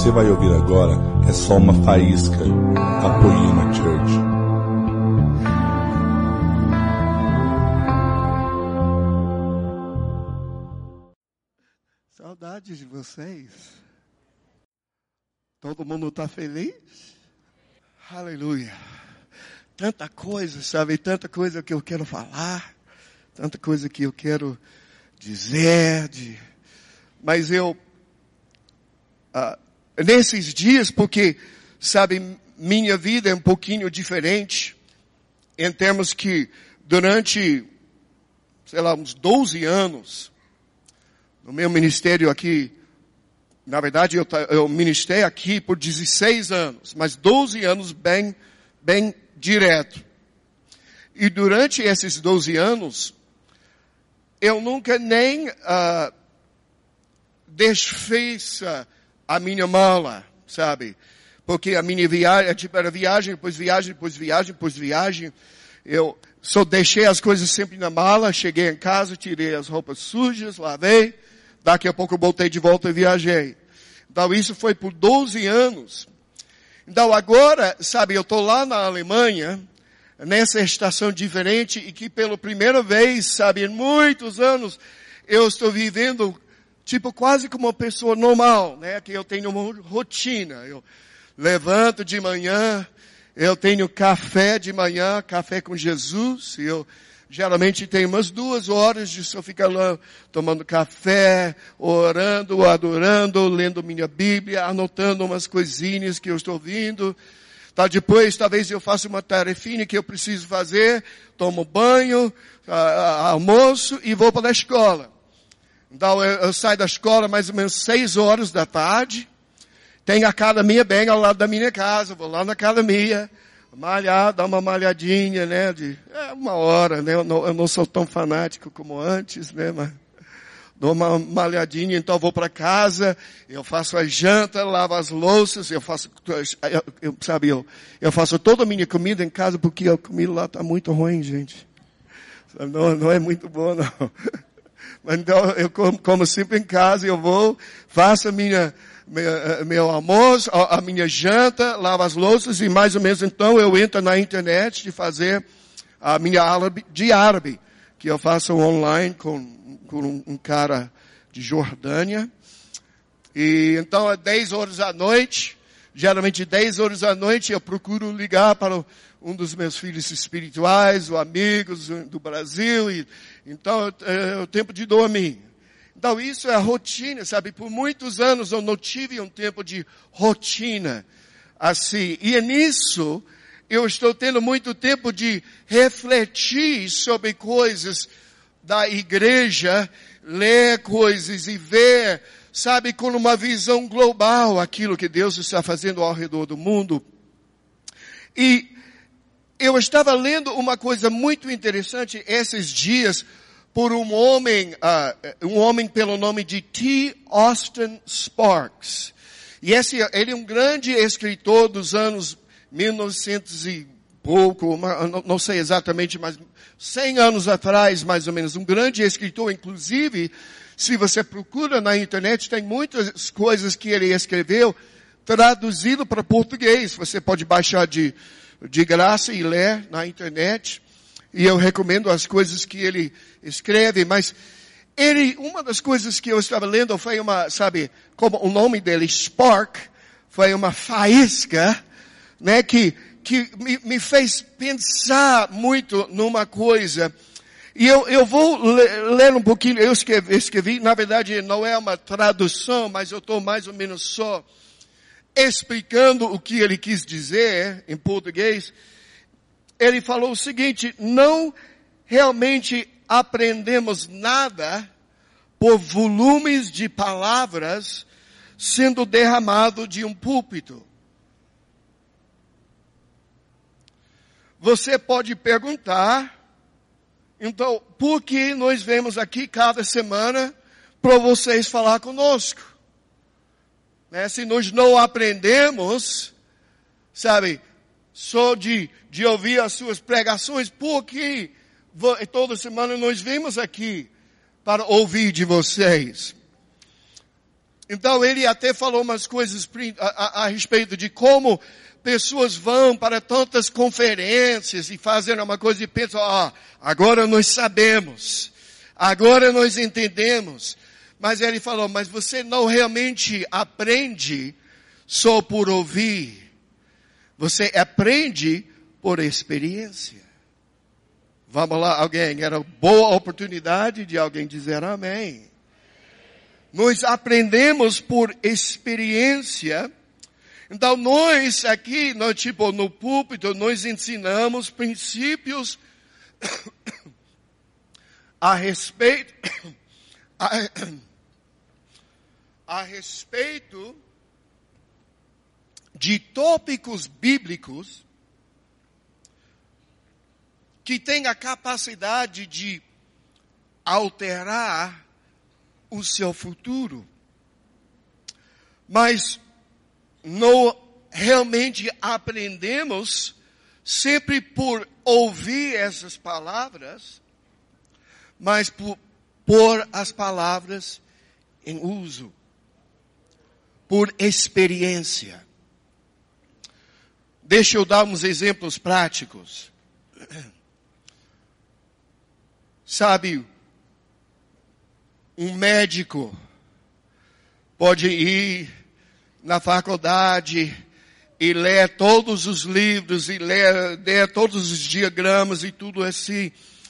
você vai ouvir agora é só uma faísca da Poema Church. Saudades de vocês. Todo mundo está feliz? Aleluia. Tanta coisa, sabe? Tanta coisa que eu quero falar. Tanta coisa que eu quero dizer. Mas eu... nesses dias, porque, sabe, minha vida é um pouquinho diferente. Em termos que durante, sei lá, uns 12 anos... No meu ministério aqui, na verdade eu ministrei aqui por 16 anos, mas 12 anos bem direto. E durante esses 12 anos, eu nunca nem desfiz a minha mala, sabe? Porque a minha viagem, era viagem, depois viagem, depois viagem, depois viagem. Eu só deixei as coisas sempre na mala, cheguei em casa, tirei as roupas sujas, lavei. Daqui a pouco eu voltei de volta e viajei. Então isso foi por 12 anos. Então agora, sabe, eu estou lá na Alemanha, nessa estação diferente, e que pela primeira vez, sabe, em muitos anos, eu estou vivendo, tipo, quase como uma pessoa normal, né? Que eu tenho uma rotina. Eu levanto de manhã, eu tenho café de manhã, café com Jesus, e eu geralmente tem umas 2 horas de só ficar lá tomando café, orando, adorando, lendo minha Bíblia, anotando umas coisinhas que eu estou ouvindo. Tá, depois talvez eu faça uma tarefinha que eu preciso fazer, tomo banho, almoço e vou para a escola. Então eu saio da escola mais ou menos 6 horas da tarde. Tem a academia bem ao lado da minha casa, vou lá na academia. Malhar, dar uma malhadinha, né, de 1 hora, né, eu não sou tão fanático como antes, né, mas dou uma malhadinha, então eu vou para casa, eu faço a janta, lavo as louças, eu faço toda a minha comida em casa, porque a comida lá está muito ruim, gente. Não é muito boa, não. Mas então eu como sempre em casa, eu vou, faço meu almoço, a minha janta, lavo as louças e mais ou menos então eu entro na internet de fazer a minha aula de árabe, que eu faço online com um cara de Jordânia. E então às 10 horas da noite, geralmente 10 horas da noite eu procuro ligar para um dos meus filhos espirituais, ou amigos do Brasil, e então é o tempo de dormir. Então isso é a rotina, sabe? Por muitos anos eu não tive um tempo de rotina assim. E nisso eu estou tendo muito tempo de refletir sobre coisas da igreja, ler coisas e ver, sabe, com uma visão global aquilo que Deus está fazendo ao redor do mundo. E eu estava lendo uma coisa muito interessante esses dias, por um homem pelo nome de T. Austin Sparks. E ele é um grande escritor dos anos 1900 e pouco, não sei exatamente, mas 100 anos atrás, mais ou menos. Um grande escritor, inclusive, se você procura na internet, tem muitas coisas que ele escreveu, traduzido para português. Você pode baixar de graça e ler na internet. E eu recomendo as coisas que ele escreve, mas uma das coisas que eu estava lendo foi como o nome dele, Spark, foi uma faísca, né, que me fez pensar muito numa coisa. E eu vou ler um pouquinho, eu escrevi, na verdade não é uma tradução, mas eu estou mais ou menos só explicando o que ele quis dizer em português. Ele falou o seguinte: não realmente aprendemos nada por volumes de palavras sendo derramado de um púlpito. Você pode perguntar, então, por que nós vemos aqui cada semana para vocês falar conosco? Né? Se nós não aprendemos, sabe, só de ouvir as suas pregações, por que toda semana nós vemos aqui para ouvir de vocês? Então ele até falou umas coisas a respeito de como pessoas vão para tantas conferências e fazem uma coisa e pensam, agora nós sabemos, agora nós entendemos. Mas ele falou, mas você não realmente aprende só por ouvir. Você aprende por experiência. Vamos lá, alguém, era boa oportunidade de alguém dizer amém. Nós aprendemos por experiência. Então nós aqui, no púlpito, nós ensinamos princípios a respeito de tópicos bíblicos que têm a capacidade de alterar o seu futuro. Mas não realmente aprendemos sempre por ouvir essas palavras, mas por pôr as palavras em uso, por experiência. Deixa eu dar uns exemplos práticos. Sabe, um médico pode ir na faculdade e ler todos os livros e ler todos os diagramas e tudo assim.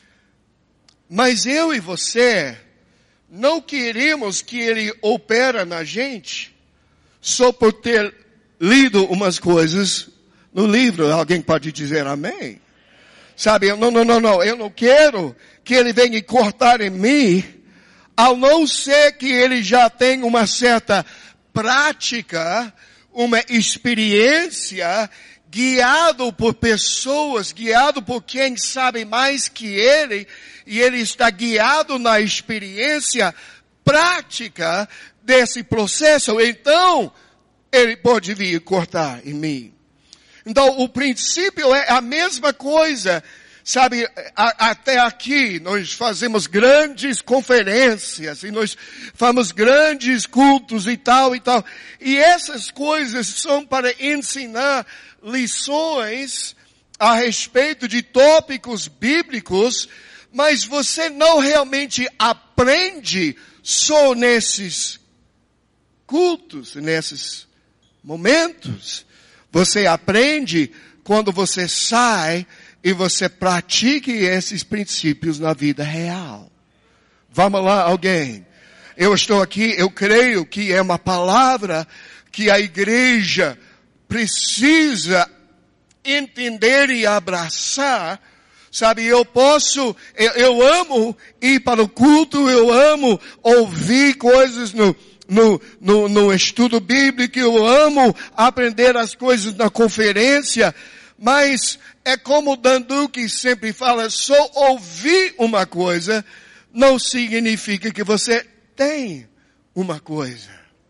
Mas eu e você não queremos que ele opere na gente só por ter lido umas coisas no livro. Alguém pode dizer amém? Sabe, não. Eu não quero que ele venha cortar em mim, ao não ser que ele já tenha uma certa prática, uma experiência, guiado por pessoas, guiado por quem sabe mais que ele, e ele está guiado na experiência prática desse processo. Então, ele pode vir cortar em mim. Então, o princípio é a mesma coisa. Sabe, até aqui nós fazemos grandes conferências e nós fazemos grandes cultos e tal e tal. E essas coisas são para ensinar lições a respeito de tópicos bíblicos, mas você não realmente aprende só nesses cultos, nesses momentos. Você aprende quando você sai e você pratica esses princípios na vida real. Vamos lá, alguém. Eu estou aqui, eu creio que é uma palavra que a igreja precisa entender e abraçar. Sabe, eu amo ir para o culto, eu amo ouvir coisas no estudo bíblico, eu amo aprender as coisas na conferência, mas é como o Danduque sempre fala, só ouvir uma coisa não significa que você tem uma coisa.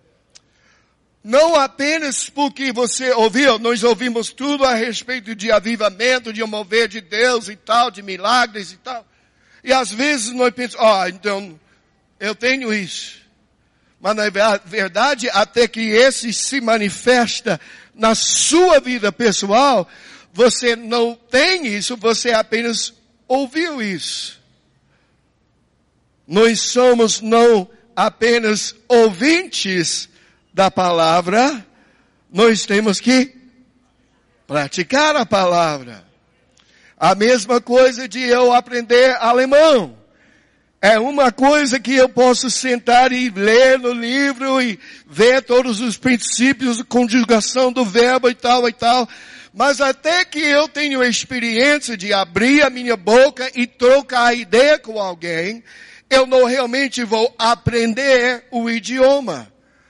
Não apenas porque você ouviu, nós ouvimos tudo a respeito de avivamento, de um mover de Deus e tal, de milagres e tal. E às vezes nós pensamos, então eu tenho isso. Mas na verdade, até que esse se manifesta na sua vida pessoal, você não tem isso, você apenas ouviu isso. Nós somos não apenas ouvintes da palavra, nós temos que praticar a palavra. A mesma coisa de eu aprender alemão. É uma coisa que eu posso sentar e ler no livro e ver todos os princípios de conjugação do verbo e tal. Mas até que eu tenho a experiência de abrir a minha boca e trocar ideia com alguém, eu não realmente vou aprender o idioma.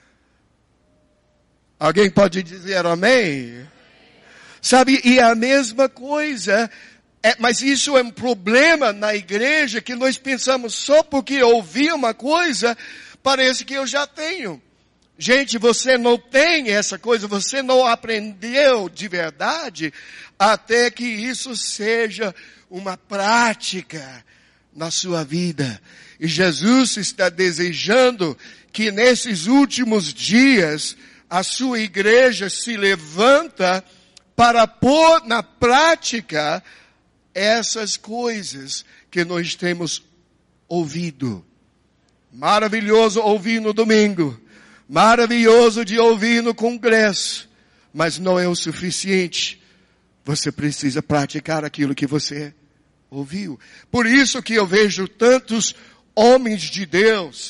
Alguém pode dizer amém? Sabe, e a mesma coisa, mas isso é um problema na igreja, que nós pensamos só porque ouvi uma coisa, parece que eu já tenho. Gente, você não tem essa coisa, você não aprendeu de verdade, até que isso seja uma prática na sua vida. E Jesus está desejando que nesses últimos dias a sua igreja se levanta para pôr na prática essas coisas que nós temos ouvido. Maravilhoso ouvir no domingo. Maravilhoso de ouvir no congresso. Mas não é o suficiente. Você precisa praticar aquilo que você ouviu. Por isso que eu vejo tantos homens de Deus,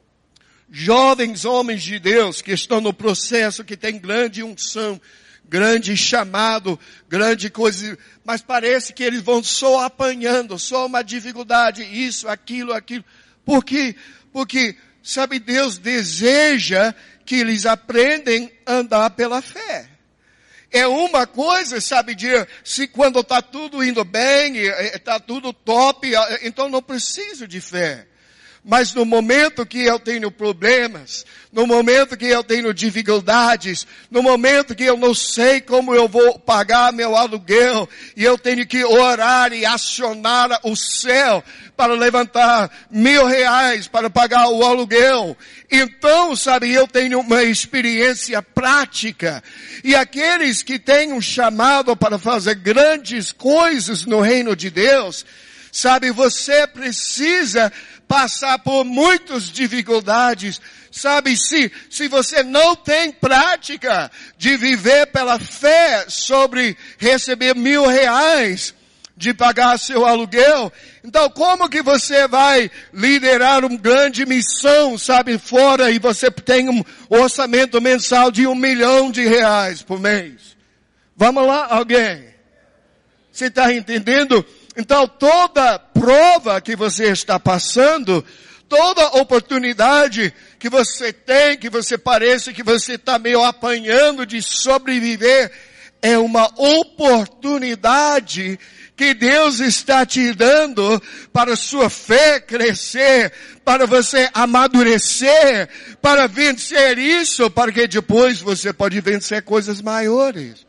jovens homens de Deus que estão no processo, que tem grande unção, grande chamado, grande coisa, mas parece que eles vão só apanhando, só uma dificuldade, isso, aquilo. Por quê? Porque, sabe, Deus deseja que eles aprendem a andar pela fé. É uma coisa, sabe, se quando está tudo indo bem, está tudo top, então não preciso de fé. Mas no momento que eu tenho problemas, no momento que eu tenho dificuldades, no momento que eu não sei como eu vou pagar meu aluguel, e eu tenho que orar e acionar o céu para levantar R$1.000 para pagar o aluguel. Então, sabe, eu tenho uma experiência prática. E aqueles que têm um chamado para fazer grandes coisas no reino de Deus, sabe, você precisa passar por muitas dificuldades. Sabe, se você não tem prática de viver pela fé sobre receber R$1.000 de pagar seu aluguel, então como que você vai liderar uma grande missão, sabe, fora, e você tem um orçamento mensal de R$1 milhão por mês? Vamos lá, alguém? Você está entendendo? Então toda prova que você está passando, toda oportunidade que você tem, que você parece que você está meio apanhando de sobreviver, é uma oportunidade que Deus está te dando para sua fé crescer, para você amadurecer, para vencer isso, para que depois você pode vencer coisas maiores.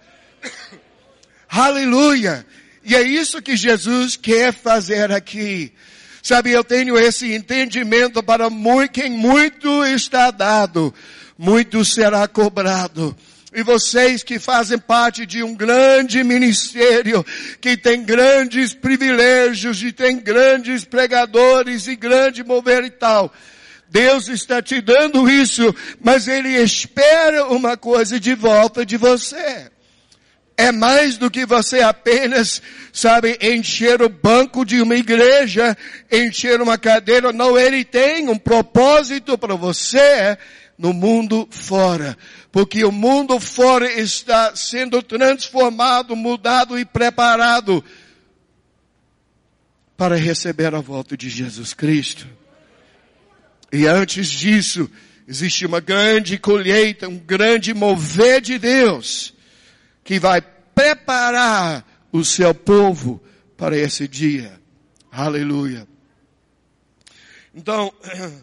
Aleluia! E é isso que Jesus quer fazer aqui. Sabe, eu tenho esse entendimento para quem muito está dado, muito será cobrado. E vocês que fazem parte de um grande ministério, que tem grandes privilégios, e tem grandes pregadores e grande mover e tal. Deus está te dando isso, mas Ele espera uma coisa de volta de você. É mais do que você apenas, sabe, encher o banco de uma igreja, encher uma cadeira. Não, Ele tem um propósito para você no mundo fora. Porque o mundo fora está sendo transformado, mudado e preparado para receber a volta de Jesus Cristo. E antes disso, existe uma grande colheita, um grande mover de Deus, que vai preparar o seu povo para esse dia. Aleluia. Então,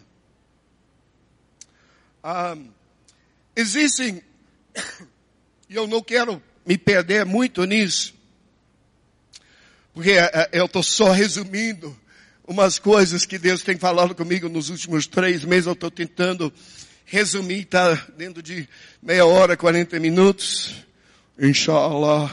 existem, e eu não quero me perder muito nisso, porque eu estou só resumindo umas coisas que Deus tem falado comigo nos últimos 3 meses. Eu estou tentando resumir, tá dentro de meia hora, 40 minutos. Inshallah,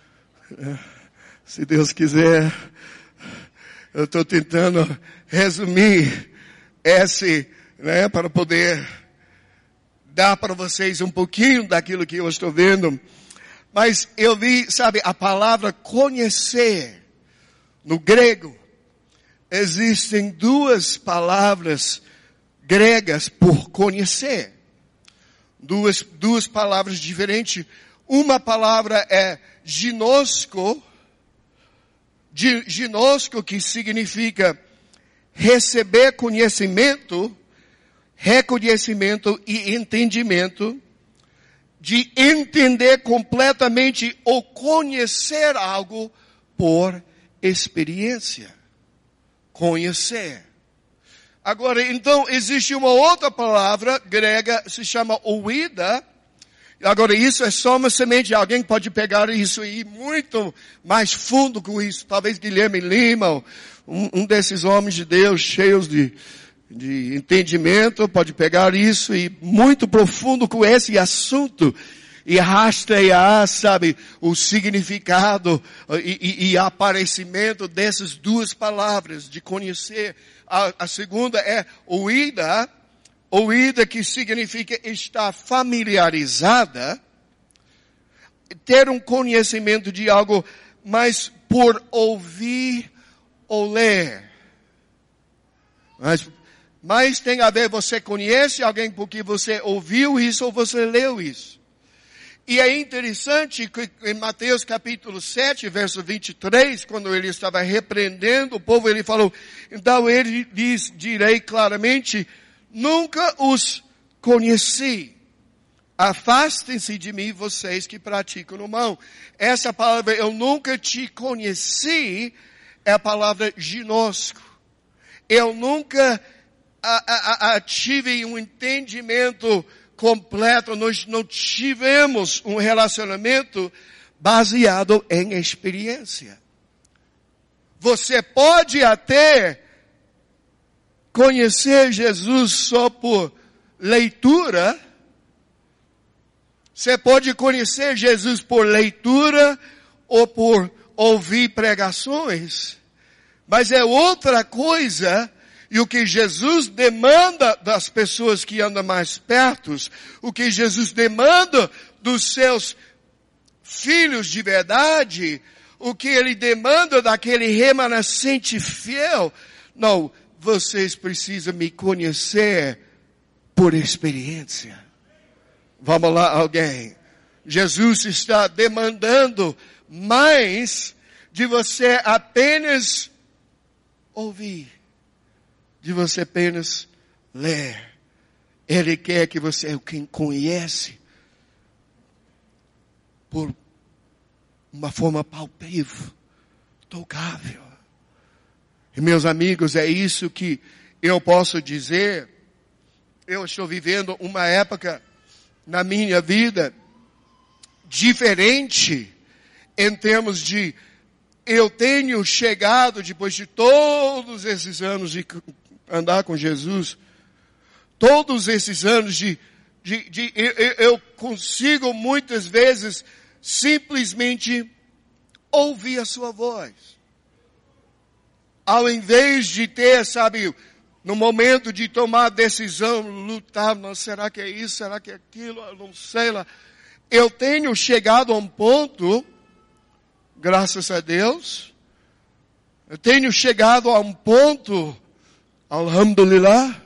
se Deus quiser, eu estou tentando resumir para poder dar para vocês um pouquinho daquilo que eu estou vendo. Mas eu vi, sabe, a palavra conhecer, no grego, existem 2 palavras gregas por conhecer. Duas palavras diferentes. Uma palavra é ginosko, que significa receber conhecimento, reconhecimento e entendimento, de entender completamente ou conhecer algo por experiência. Conhecer. Agora, então, existe uma outra palavra grega, se chama ouida, Agora, isso é só uma semente. Alguém pode pegar isso e ir muito mais fundo com isso. Talvez Guilherme Lima, um desses homens de Deus cheios de entendimento, pode pegar isso e ir muito profundo com esse assunto. E rastrear, sabe, o significado e aparecimento dessas duas palavras, de conhecer. A segunda é oída que significa estar familiarizada, ter um conhecimento de algo, mas por ouvir ou ler. Mas tem a ver, você conhece alguém porque você ouviu isso ou você leu isso. E é interessante que em Mateus capítulo 7, verso 23, quando ele estava repreendendo o povo, ele falou, então ele diz, direi claramente, nunca os conheci. Afastem-se de mim, vocês que praticam o mal. Essa palavra, eu nunca te conheci, é a palavra ginosco. Eu nunca tive um entendimento completo, nós não tivemos um relacionamento baseado em experiência. Você pode até conhecer Jesus só por leitura. Você pode conhecer Jesus por leitura ou por ouvir pregações. Mas é outra coisa. E o que Jesus demanda das pessoas que andam mais perto, o que Jesus demanda dos seus filhos de verdade, o que Ele demanda daquele remanescente fiel, não, vocês precisam me conhecer por experiência. Vamos lá, alguém. Jesus está demandando mais de você apenas ouvir. De você apenas ler. Ele quer que você, quem conhece, por uma forma palpável, tocável. E meus amigos, é isso que eu posso dizer. Eu estou vivendo uma época na minha vida diferente em termos de eu tenho chegado depois de todos esses anos de andar com Jesus, todos esses anos eu consigo muitas vezes simplesmente ouvir a sua voz. Ao invés de ter, sabe, no momento de tomar decisão, lutar, não, será que é isso, será que é aquilo, eu não sei lá. Eu tenho chegado a um ponto, graças a Deus, eu tenho chegado a um ponto, alhamdulillah,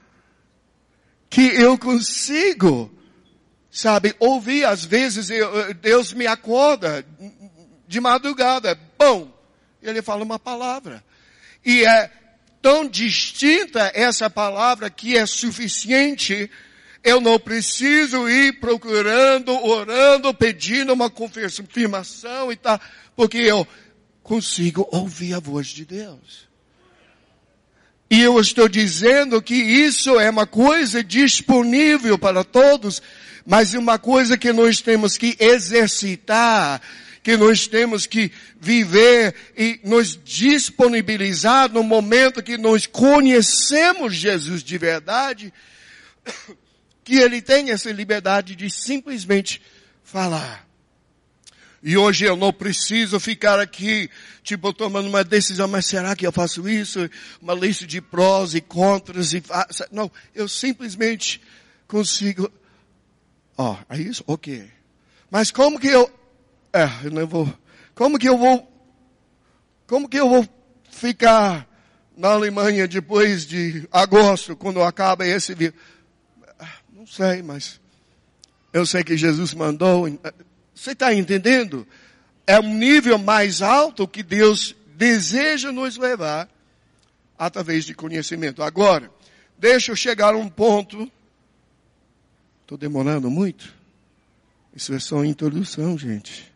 que eu consigo, sabe, ouvir. Às vezes Deus me acorda de madrugada, bom, Ele fala uma palavra. E é tão distinta essa palavra que é suficiente. Eu não preciso ir procurando, orando, pedindo uma confirmação e tal, porque eu consigo ouvir a voz de Deus. E eu estou dizendo que isso é uma coisa disponível para todos, mas uma coisa que nós temos que exercitar, que nós temos que viver e nos disponibilizar no momento que nós conhecemos Jesus de verdade, que Ele tem essa liberdade de simplesmente falar. E hoje eu não preciso ficar aqui, tipo, tomando uma decisão, mas será que eu faço isso? Uma lista de prós e contras e... Não, eu simplesmente consigo... é isso? Ok. Mas como que eu não vou... Como que eu vou ficar na Alemanha depois de agosto, quando acaba esse... Não sei, mas eu sei que Jesus mandou... Você está entendendo? É um nível mais alto que Deus deseja nos levar através de conhecimento. Agora, deixa eu chegar a um ponto. Estou demorando muito? Isso é só uma introdução, gente.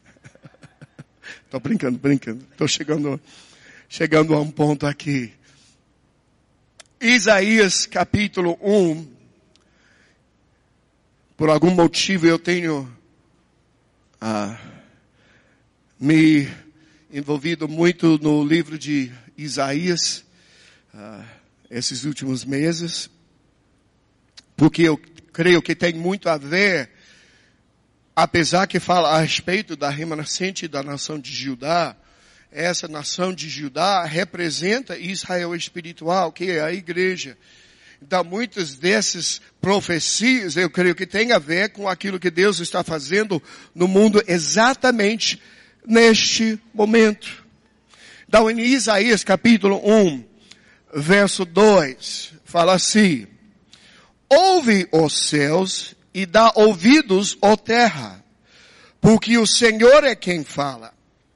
Estou brincando. Estou chegando a um ponto aqui. Isaías capítulo 1. por algum motivo eu tenho me envolvido muito no livro de Isaías esses últimos meses, porque eu creio que tem muito a ver, apesar que fala a respeito da remanescente da nação de Judá. Essa nação de Judá representa Israel espiritual, que é a igreja. Então, muitas dessas profecias, eu creio que tem a ver com aquilo que Deus está fazendo no mundo exatamente neste momento. Então, em Isaías capítulo 1, verso 2, fala assim: ouve, ó céus, e dá ouvidos, ó terra, porque o Senhor é quem fala.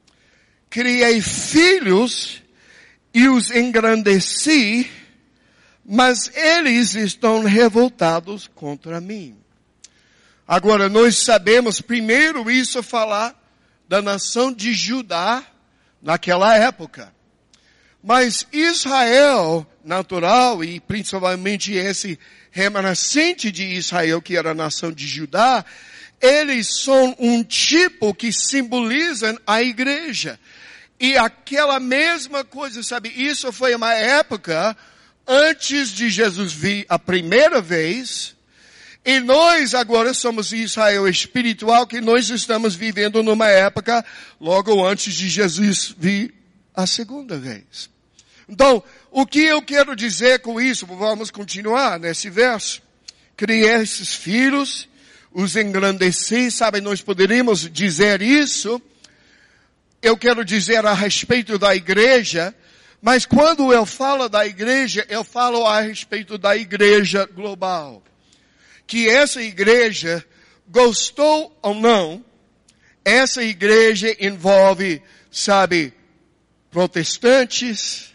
Criei filhos e os engrandeci, mas eles estão revoltados contra mim. Agora, nós sabemos, primeiro, isso falar da nação de Judá naquela época. Mas Israel natural, e principalmente esse remanescente de Israel, que era a nação de Judá, eles são um tipo que simbolizam a igreja. E aquela mesma coisa, sabe, isso foi uma época antes de Jesus vir a primeira vez, e nós agora somos Israel espiritual, que nós estamos vivendo numa época logo antes de Jesus vir a segunda vez. Então, o que eu quero dizer com isso? Vamos continuar nesse verso. Criei esses filhos, os engrandeci, sabe, nós poderíamos dizer isso. Eu quero dizer a respeito da igreja, mas quando eu falo da igreja, eu falo a respeito da igreja global. Que essa igreja, gostou ou não, essa igreja envolve, sabe, protestantes,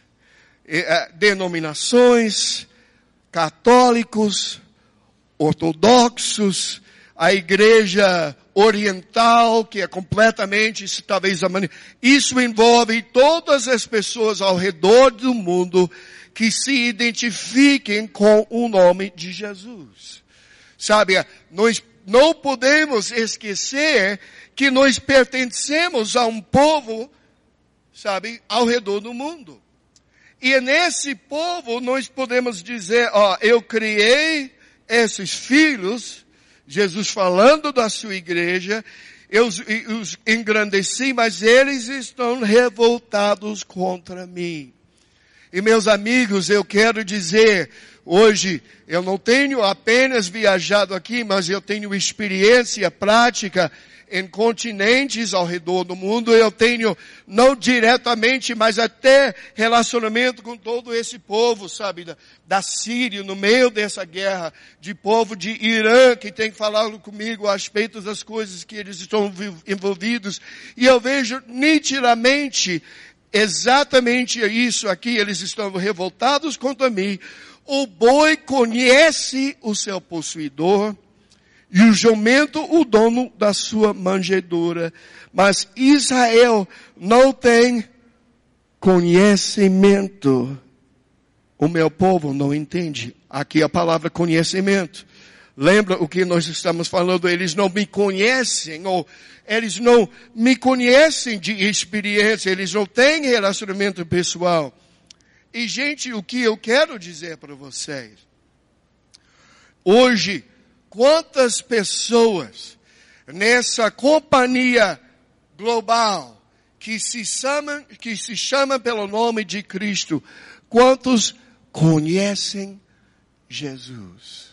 denominações, católicos, ortodoxos, a igreja oriental, que é completamente, talvez, isso envolve todas as pessoas ao redor do mundo que se identifiquem com o nome de Jesus. Sabe, nós não podemos esquecer que nós pertencemos a um povo, sabe, ao redor do mundo. E nesse povo nós podemos dizer, eu criei esses filhos, Jesus falando da sua igreja, eu os engrandeci, mas eles estão revoltados contra mim. E meus amigos, eu quero dizer, hoje, eu não tenho apenas viajado aqui, mas eu tenho experiência prática em continentes ao redor do mundo. Eu tenho, não diretamente, mas até relacionamento com todo esse povo, sabe, da Síria, no meio dessa guerra, de povo de Irã, que tem falado comigo a respeito das coisas que eles estão envolvidos. E eu vejo nitidamente, exatamente isso aqui, eles estão revoltados contra mim. O boi conhece o seu possuidor, e o jumento o dono da sua manjedoura. Mas Israel não tem conhecimento. O meu povo não entende. Aqui a palavra conhecimento. Lembra o que nós estamos falando? Eles não me conhecem, ou eles não me conhecem de experiência, eles não têm relacionamento pessoal. E gente, o que eu quero dizer para vocês, hoje, quantas pessoas nessa companhia global que se chama pelo nome de Cristo, quantos conhecem Jesus?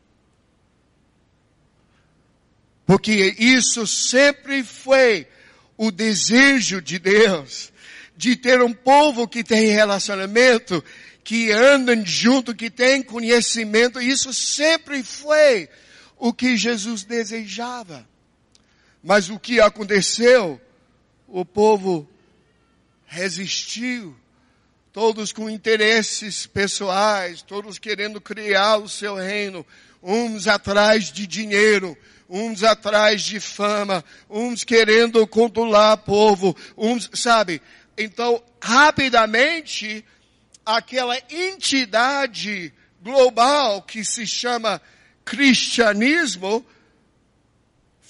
Porque isso sempre foi o desejo de Deus, de ter um povo que tem relacionamento, que andam junto, que tem conhecimento. Isso sempre foi o que Jesus desejava. Mas o que aconteceu? O povo resistiu. Todos com interesses pessoais, todos querendo criar o seu reino. Uns atrás de dinheiro, uns atrás de fama, uns querendo controlar o povo, uns, sabe? Então, rapidamente, aquela entidade global que se chama cristianismo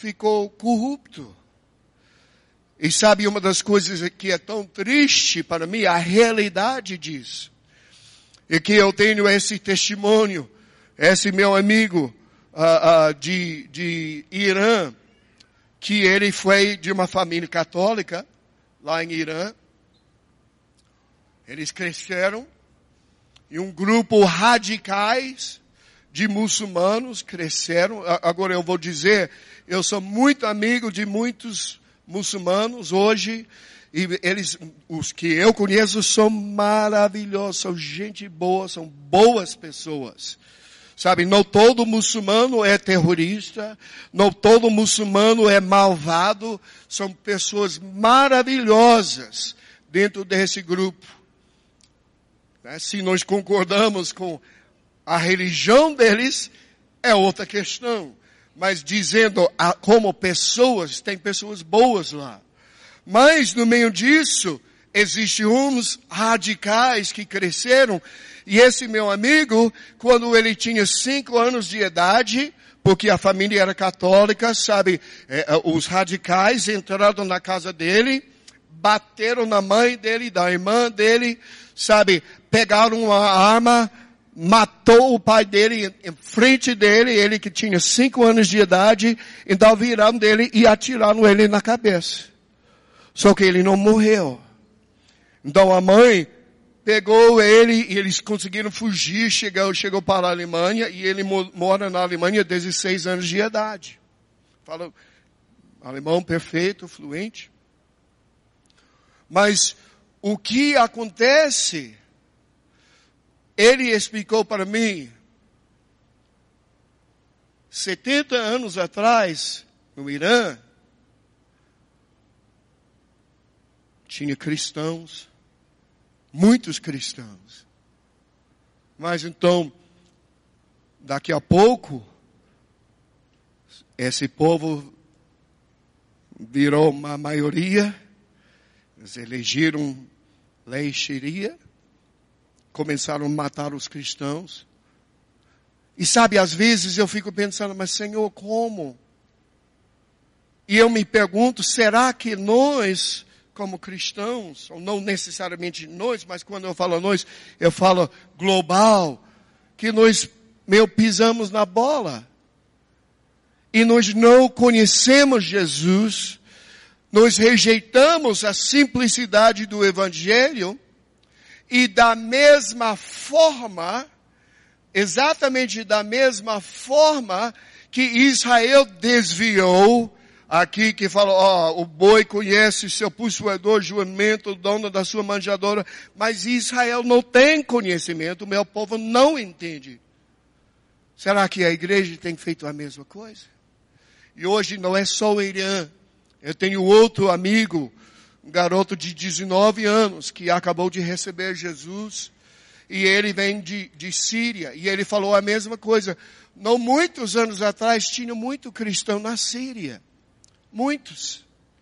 ficou corrupto. E sabe uma das coisas que é tão triste para mim, a realidade disso, é que eu tenho esse testemunho, esse meu amigo de Irã, que ele foi de uma família católica, lá em Irã. Eles cresceram, e um grupo radicais de muçulmanos cresceram. Agora eu vou dizer, eu sou muito amigo de muitos muçulmanos hoje, e eles, os que eu conheço, são maravilhosos, são gente boa, são boas pessoas. Sabe, não todo muçulmano é terrorista, não todo muçulmano é malvado, são pessoas maravilhosas dentro desse grupo. Se nós concordamos com a religião deles, é outra questão. Mas dizendo como pessoas, tem pessoas boas lá. Mas no meio disso, existem uns radicais que cresceram. E esse meu amigo, quando ele tinha 5 anos de idade, porque a família era católica, sabe, os radicais entraram na casa dele, bateram na mãe dele, da irmã dele, sabe, pegaram uma arma, matou o pai dele em frente dele, ele que tinha 5 anos de idade, então viraram dele e atiraram ele na cabeça. Só que ele não morreu. Então a mãe pegou ele e eles conseguiram fugir, chegou para a Alemanha, e ele mora na Alemanha desde 16 anos de idade. Fala alemão perfeito, fluente. Mas o que acontece, ele explicou para mim, 70 anos atrás, no Irã, tinha cristãos, muitos cristãos. Mas então, daqui a pouco, esse povo virou uma maioria, eles elegeram lei Sharia, começaram a matar os cristãos. E sabe, às vezes eu fico pensando, mas Senhor, como? E eu me pergunto, será que nós, como cristãos, ou não necessariamente nós, mas quando eu falo nós, eu falo global, que nós, pisamos na bola. E nós não conhecemos Jesus, nós rejeitamos a simplicidade do Evangelho, e da mesma forma, exatamente da mesma forma que Israel desviou, aqui que fala, o boi conhece seu possuidor, jumento, o dono da sua manjedoura, mas Israel não tem conhecimento, o meu povo não entende. Será que a igreja tem feito a mesma coisa? E hoje não é só o Irã. Eu tenho outro amigo, um garoto de 19 anos, que acabou de receber Jesus, e ele vem de Síria, e ele falou a mesma coisa. Não muitos anos atrás, tinha muito cristão na Síria. Muitos.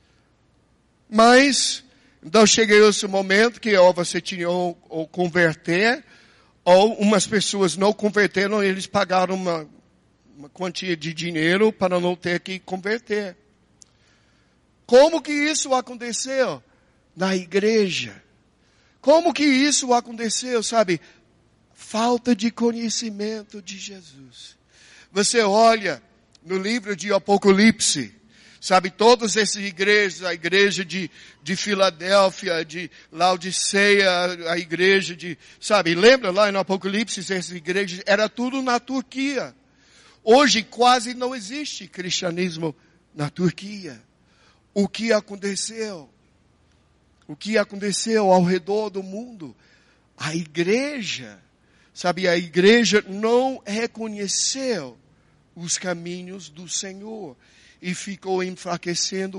Mas, então chegou esse momento que ou você tinha ou converter, ou umas pessoas não converteram, eles pagaram uma quantia de dinheiro para não ter que converter. Como que isso aconteceu? Na igreja. Como que isso aconteceu, sabe? Falta de conhecimento de Jesus. Você olha no livro de Apocalipse, sabe, todas essas igrejas, a igreja de Filadélfia, de Laodiceia, a igreja sabe, lembra lá no Apocalipse, essas igrejas, era tudo na Turquia. Hoje quase não existe cristianismo na Turquia. O que aconteceu? O que aconteceu ao redor do mundo? A igreja, sabe, a igreja não reconheceu os caminhos do Senhor. E ficou enfraquecendo.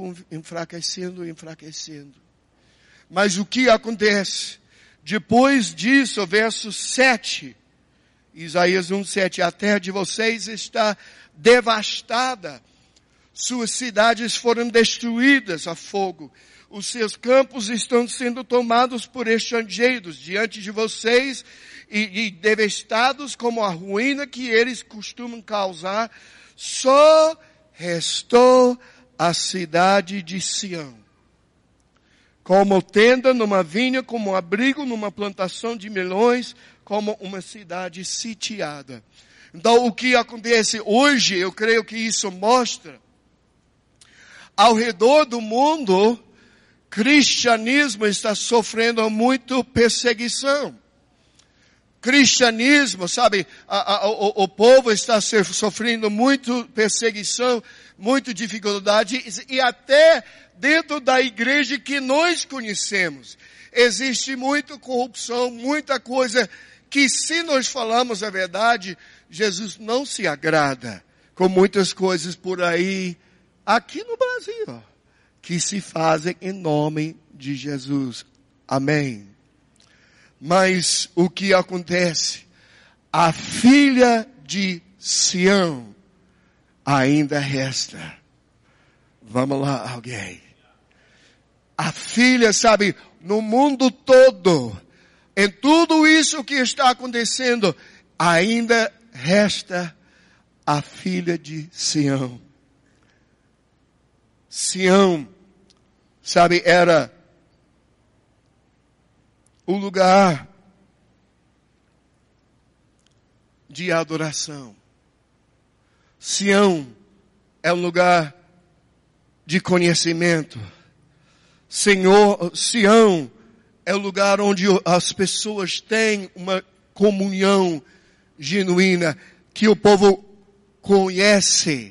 Mas o que acontece? Depois disso, verso 7, Isaías 1:7, a terra de vocês está devastada, suas cidades foram destruídas a fogo, os seus campos estão sendo tomados por estrangeiros diante de vocês e devastados como a ruína que eles costumam causar, só restou a cidade de Sião, como tenda numa vinha, como abrigo numa plantação de melões, como uma cidade sitiada. Então, o que acontece hoje, eu creio que isso mostra, ao redor do mundo, cristianismo está sofrendo muito perseguição. Cristianismo, sabe, o povo está sofrendo muito perseguição, muita dificuldade, e até dentro da igreja que nós conhecemos, existe muita corrupção, muita coisa que, se nós falamos a verdade, Jesus não se agrada com muitas coisas por aí, aqui no Brasil, que se fazem em nome de Jesus. Amém. Mas o que acontece? A filha de Sião ainda resta. Vamos lá, alguém. A filha, sabe, no mundo todo, em tudo isso que está acontecendo, ainda resta a filha de Sião. Sião, sabe, era o lugar de adoração. Sião é um lugar de conhecimento. Sião é o lugar onde as pessoas têm uma comunhão genuína, que o povo conhece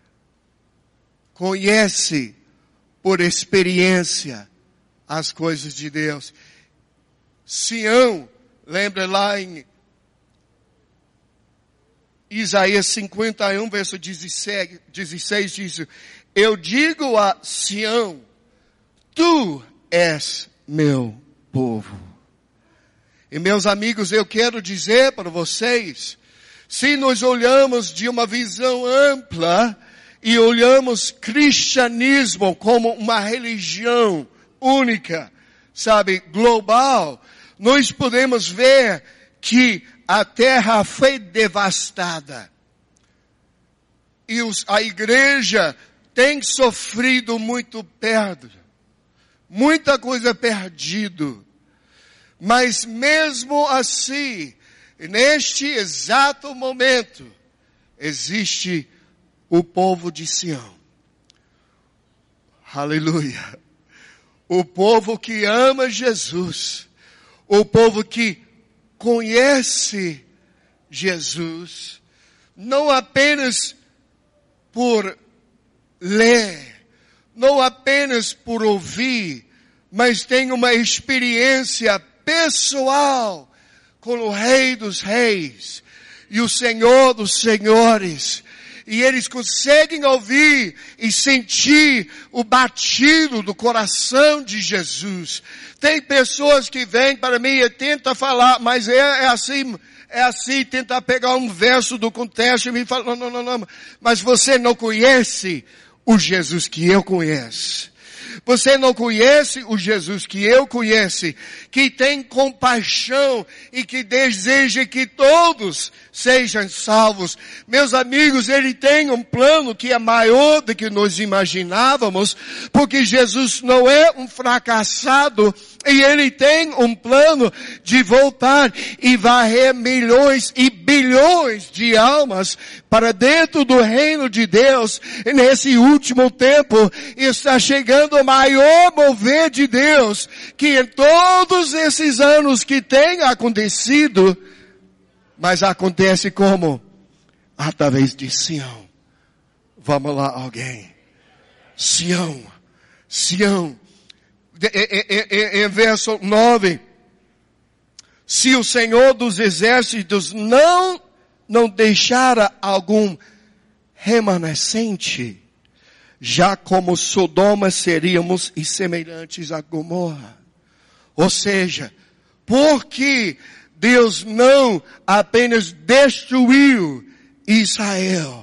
por experiência as coisas de Deus. Sião, lembra lá em Isaías 51, verso 16 diz: eu digo a Sião, tu és meu povo. E meus amigos, eu quero dizer para vocês, se nós olhamos de uma visão ampla e olhamos cristianismo como uma religião única, sabe, global, nós podemos ver que a terra foi devastada. E a igreja tem sofrido muito perda. Muita coisa perdido. Mas mesmo assim, neste exato momento, existe o povo de Sião. Aleluia. O povo que ama Jesus. O povo que conhece Jesus. Não apenas por ler. Não apenas por ouvir. Mas tem uma experiência pessoal com o Rei dos Reis e o Senhor dos Senhores. E eles conseguem ouvir e sentir o batido do coração de Jesus. Tem pessoas que vêm para mim e tentam falar, mas é assim, tentar pegar um verso do contexto e me falar, não, mas você não conhece o Jesus que eu conheço. Você não conhece o Jesus que eu conheço, que tem compaixão e que deseja que todos sejam salvos. Meus amigos, Ele tem um plano que é maior do que nós imaginávamos, porque Jesus não é um fracassado e Ele tem um plano de voltar e varrer milhões e bilhões de almas para dentro do reino de Deus. E nesse último tempo está chegando o maior mover de Deus que em todos esses anos que tem acontecido, mas acontece como? Através de Sião. Vamos lá, alguém. Sião. Em verso 9. Se o Senhor dos Exércitos não deixara algum remanescente, já como Sodoma seríamos e semelhantes a Gomorra. Ou seja, porque Deus não apenas destruiu Israel,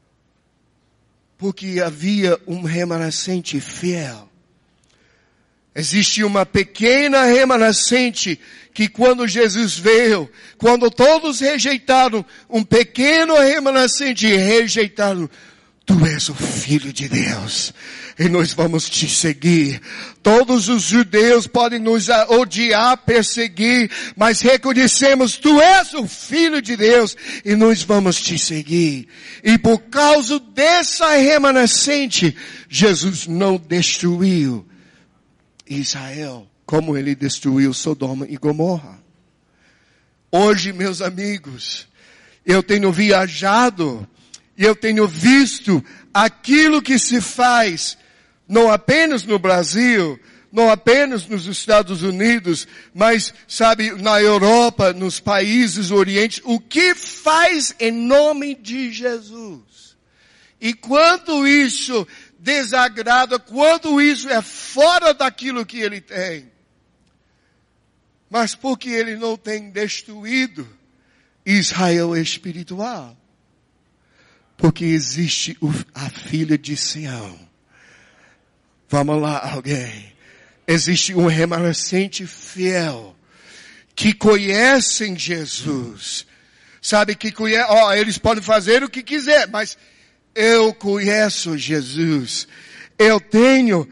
porque havia um remanescente fiel. Existe uma pequena remanescente que quando Jesus veio, quando todos rejeitaram, um pequeno remanescente rejeitaram. Tu és o Filho de Deus e nós vamos te seguir. Todos os judeus podem nos odiar, perseguir, mas reconhecemos, tu és o Filho de Deus e nós vamos te seguir. E por causa dessa remanescente, Jesus não destruiu Israel como ele destruiu Sodoma e Gomorra. Hoje, meus amigos, eu tenho viajado e eu tenho visto aquilo que se faz, não apenas no Brasil, não apenas nos Estados Unidos, mas, sabe, na Europa, nos países orientes, o que faz em nome de Jesus. E quanto isso desagrada, quanto isso é fora daquilo que ele tem. Mas porque ele não tem destruído Israel espiritual. Porque existe a filha de Sião. Vamos lá, alguém. Existe um remanescente fiel que conhecem Jesus. Sabe que conhece, eles podem fazer o que quiser, mas eu conheço Jesus. Eu tenho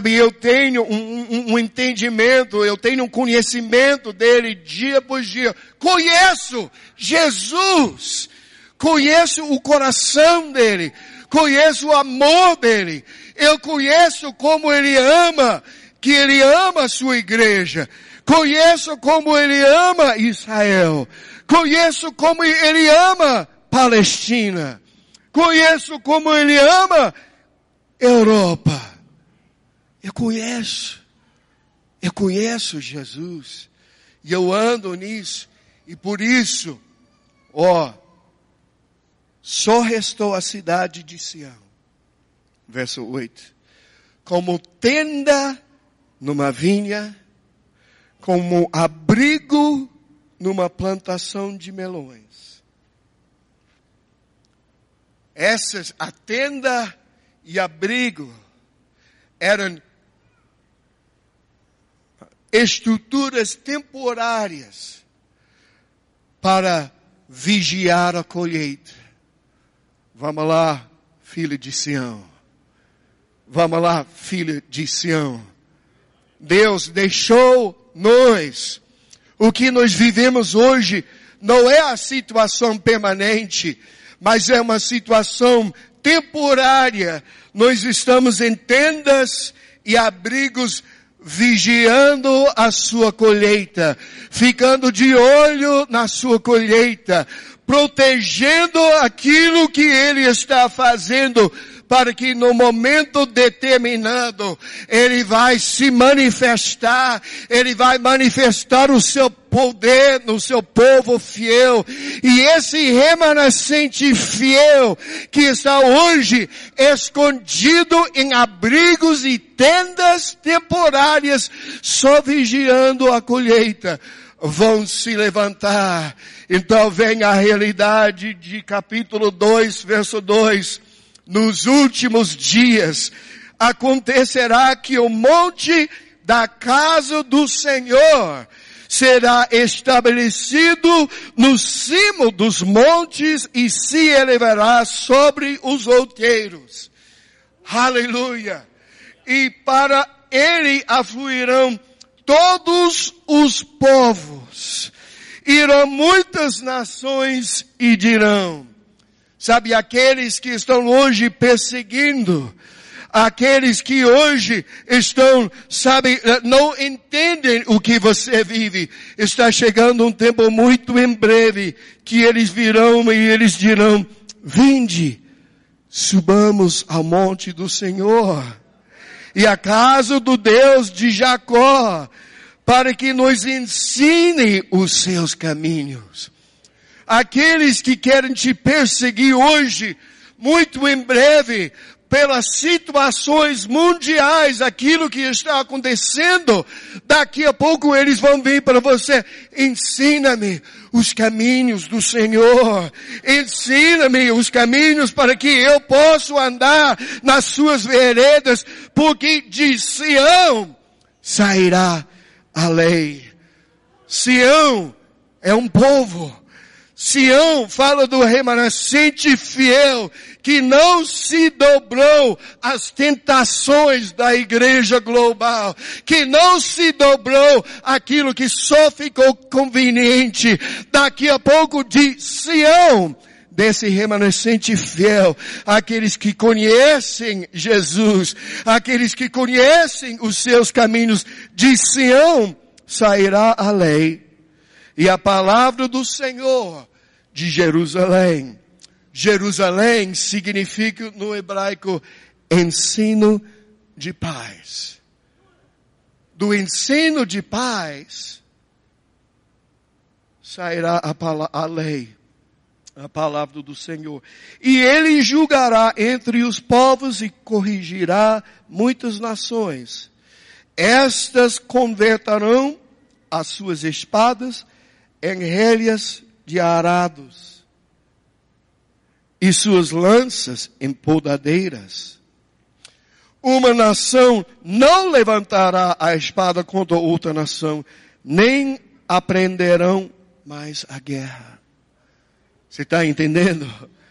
um entendimento, eu tenho um conhecimento dele dia por dia. Conheço Jesus. Conheço o coração dele. Conheço o amor dele. Eu conheço como ele ama, que ele ama a sua igreja. Conheço como ele ama Israel. Conheço como ele ama Palestina. Conheço como ele ama Europa. Eu conheço Jesus. E eu ando nisso. E por isso, só restou a cidade de Sião. Verso 8. Como tenda numa vinha, como abrigo numa plantação de melões. A tenda e abrigo eram estruturas temporárias para vigiar a colheita. Vamos lá, filha de Sião. Vamos lá, filha de Sião. Deus deixou nós. O que nós vivemos hoje não é a situação permanente, mas é uma situação temporária. Nós estamos em tendas e abrigos vigiando a sua colheita, ficando de olho na sua colheita, protegendo aquilo que ele está fazendo, para que no momento determinado, ele vai se manifestar, ele vai manifestar o seu poder no seu povo fiel. E esse remanescente fiel, que está hoje escondido em abrigos e tendas temporárias, só vigiando a colheita, vão se levantar. Então vem a realidade de capítulo 2, verso 2. Nos últimos dias acontecerá que o monte da casa do Senhor será estabelecido no cimo dos montes e se elevará sobre os outeiros. Aleluia! E para ele afluirão todos os povos. Irão muitas nações e dirão, sabe, aqueles que estão hoje perseguindo, aqueles que hoje estão, sabe, não entendem o que você vive. Está chegando um tempo muito em breve que eles virão e eles dirão, vinde, subamos ao monte do Senhor e à casa do Deus de Jacó, para que nos ensine os seus caminhos. Aqueles que querem te perseguir hoje, muito em breve, pelas situações mundiais, aquilo que está acontecendo, daqui a pouco eles vão vir para você. Ensina-me os caminhos do Senhor. Ensina-me os caminhos para que eu possa andar nas suas veredas, porque de Sião sairá a lei. Sião é um povo. Sião fala do remanescente fiel que não se dobrou às tentações da igreja global, que não se dobrou àquilo que só ficou conveniente. Daqui a pouco de Sião, desse remanescente fiel, aqueles que conhecem Jesus, aqueles que conhecem os seus caminhos, de Sião sairá a lei. E a palavra do Senhor de Jerusalém. Jerusalém significa no hebraico ensino de paz. Do ensino de paz sairá a lei, a palavra do Senhor. E ele julgará entre os povos e corrigirá muitas nações. Estas converterão as suas espadas em relhas de arados e suas lanças em podadeiras. Uma nação não levantará a espada contra outra nação, nem aprenderão mais a guerra. Você está entendendo?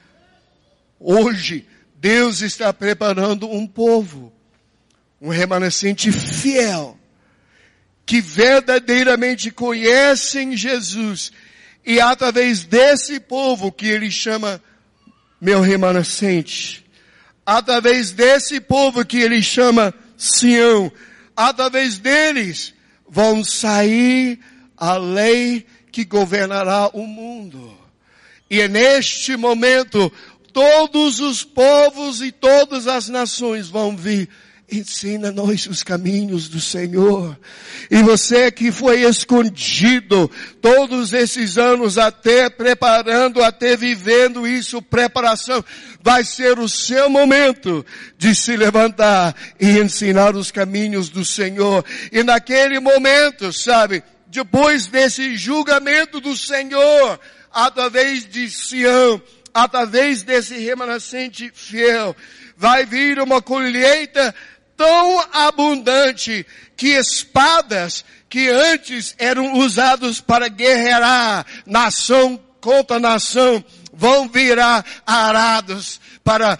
Hoje, Deus está preparando um povo, um remanescente fiel, que verdadeiramente conhecem Jesus, e através desse povo que ele chama meu remanescente, através desse povo que ele chama Sião, através deles vão sair a lei que governará o mundo. E é neste momento, todos os povos e todas as nações vão vir. Ensina-nos os caminhos do Senhor. E você que foi escondido todos esses anos até preparando, até vivendo isso, preparação, vai ser o seu momento de se levantar e ensinar os caminhos do Senhor. E naquele momento, sabe, depois desse julgamento do Senhor, através de Sião, através desse remanescente fiel, vai vir uma colheita tão abundante que espadas que antes eram usadas para guerrear nação contra nação vão virar arados para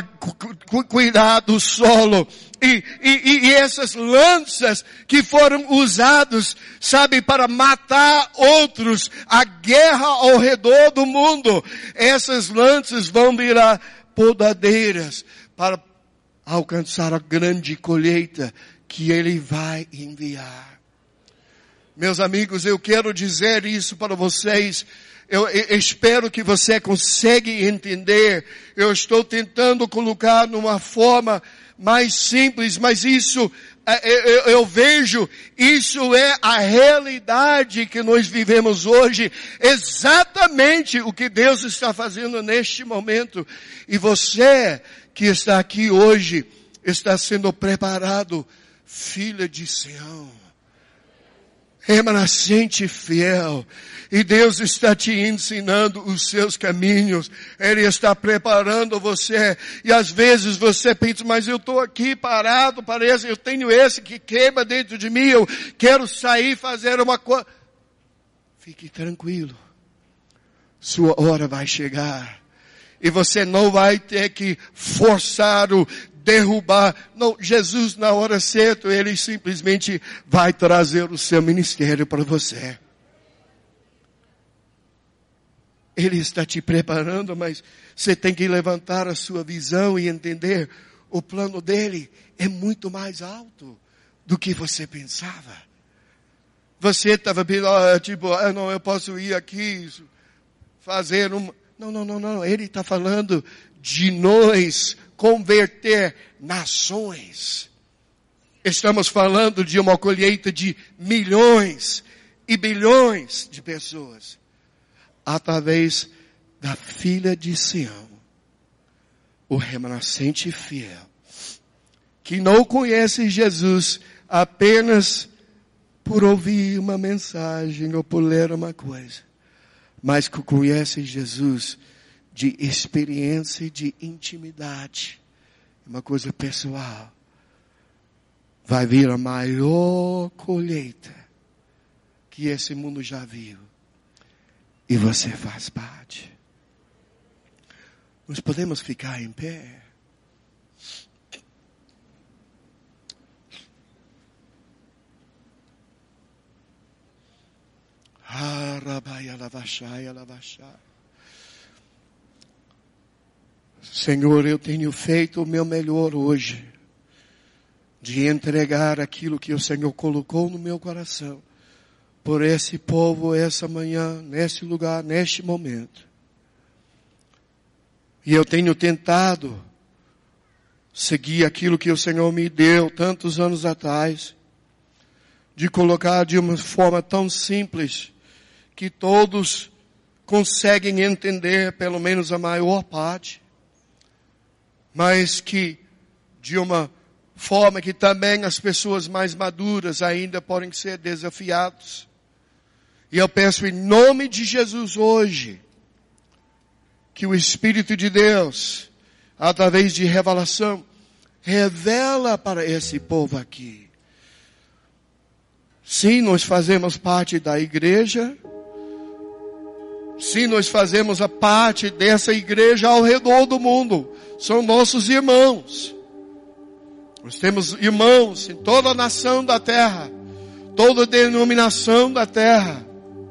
cuidar do solo. E essas lanças que foram usadas, sabe, para matar outros, a guerra ao redor do mundo, essas lanças vão virar podadeiras para alcançar a grande colheita que ele vai enviar. Meus amigos, eu quero dizer isso para vocês. Eu espero que você consiga entender. Eu estou tentando colocar numa forma mais simples, mas isso, eu vejo, isso é a realidade que nós vivemos hoje, exatamente o que Deus está fazendo neste momento. E você que está aqui hoje, está sendo preparado, filha de Sião, remanescente fiel, e Deus está te ensinando os seus caminhos, Ele está preparando você, e às vezes você pensa, mas eu estou aqui parado, parece, eu tenho esse que queima dentro de mim, eu quero sair, fazer uma coisa. Fique tranquilo, sua hora vai chegar, e você não vai ter que forçar o derrubar. Não, Jesus na hora certa, Ele simplesmente vai trazer o seu ministério para você. Ele está te preparando, mas você tem que levantar a sua visão e entender o plano dele é muito mais alto do que você pensava. Você estava tipo, não, eu posso ir aqui fazer um... Não. Ele está falando de nós converter nações. Estamos falando de uma colheita de milhões e bilhões de pessoas. Através da filha de Sião, o remanescente fiel, que não conhece Jesus apenas por ouvir uma mensagem ou por ler uma coisa, mas que conhece Jesus de experiência e de intimidade, uma coisa pessoal. vai vir a maior colheita que esse mundo já viu. E você faz parte. Nós podemos ficar em pé. Senhor, eu tenho feito o meu melhor hoje, de entregar aquilo que o Senhor colocou no meu coração, por esse povo, essa manhã, nesse lugar, neste momento. E eu tenho tentado seguir aquilo que o Senhor me deu tantos anos atrás, de colocar de uma forma tão simples, que todos conseguem entender, pelo menos a maior parte, mas que de uma forma que também as pessoas mais maduras ainda podem ser desafiados. E eu peço em nome de Jesus hoje, que o Espírito de Deus, através de revelação, revela para esse povo aqui. Sim, nós fazemos parte da igreja. Sim, nós fazemos a parte dessa igreja ao redor do mundo. São nossos irmãos. Nós temos irmãos em toda a nação da terra, toda denominação da terra.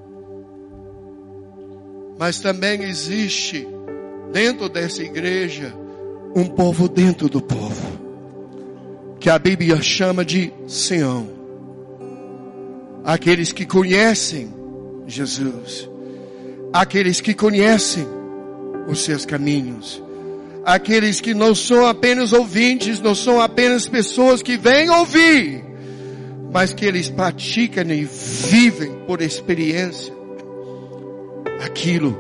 Mas também existe, dentro dessa igreja, um povo dentro do povo, que a Bíblia chama de Sião. Aqueles que conhecem Jesus. Aqueles que conhecem os seus caminhos. Aqueles que não são apenas ouvintes, não são apenas pessoas que vêm ouvir, mas que eles praticam e vivem por experiência aquilo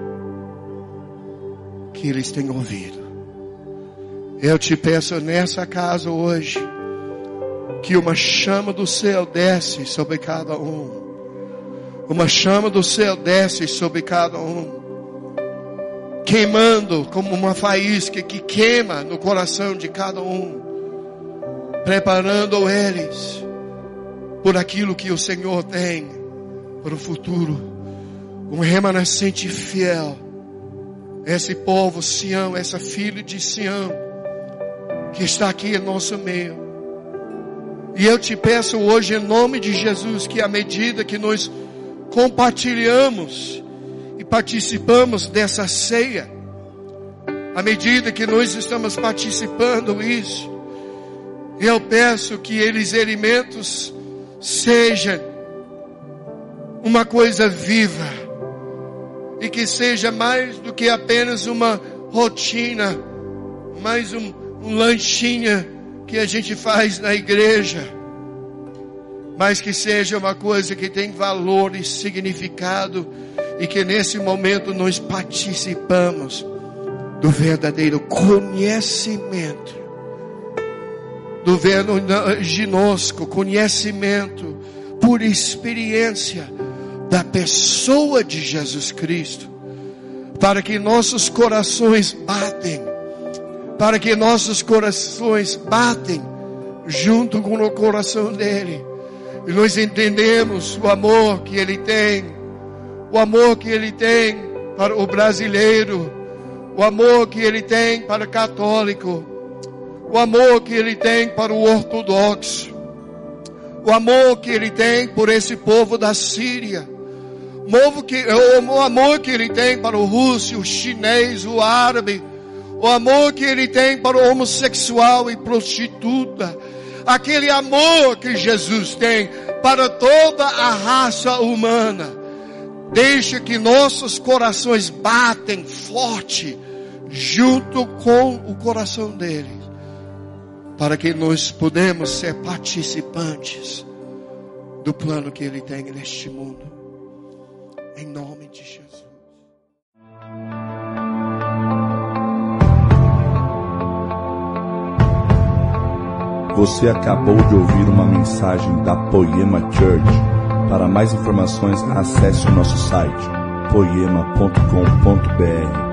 que eles têm ouvido. Eu te peço nessa casa hoje, que uma chama do céu desce sobre cada um. Uma chama do céu desce sobre cada um, queimando como uma faísca que queima no coração de cada um, preparando eles por aquilo que o Senhor tem para o futuro. Um remanescente fiel, esse povo Sião, essa filha de Sião, que está aqui em nosso meio. E eu te peço hoje, em nome de Jesus, que à medida que nós compartilhamos e participamos dessa ceia, à medida que nós estamos participando isso, eu peço que eles alimentos sejam uma coisa viva, e que seja mais do que apenas uma rotina, mais um lanchinho que a gente faz na igreja, mas que seja uma coisa que tem valor e significado, e que nesse momento nós participamos do verdadeiro conhecimento, do verdadeiro conhecimento por experiência da pessoa de Jesus Cristo, para que nossos corações batem junto com o coração dele. E nós entendemos o amor que ele tem. O amor que ele tem para o brasileiro. O amor que ele tem para o católico. O amor que ele tem para o ortodoxo. O amor que ele tem por esse povo da Síria. O amor que ele tem para o russo, o chinês, o árabe. O amor que ele tem para o homossexual e prostituta. Aquele amor que Jesus tem para toda a raça humana. Deixa que nossos corações batem forte junto com o coração dele, para que nós podemos ser participantes do plano que ele tem neste mundo. Em nome de Jesus. Você acabou de ouvir uma mensagem da Poema Church. Para mais informações, acesse o nosso site poema.com.br.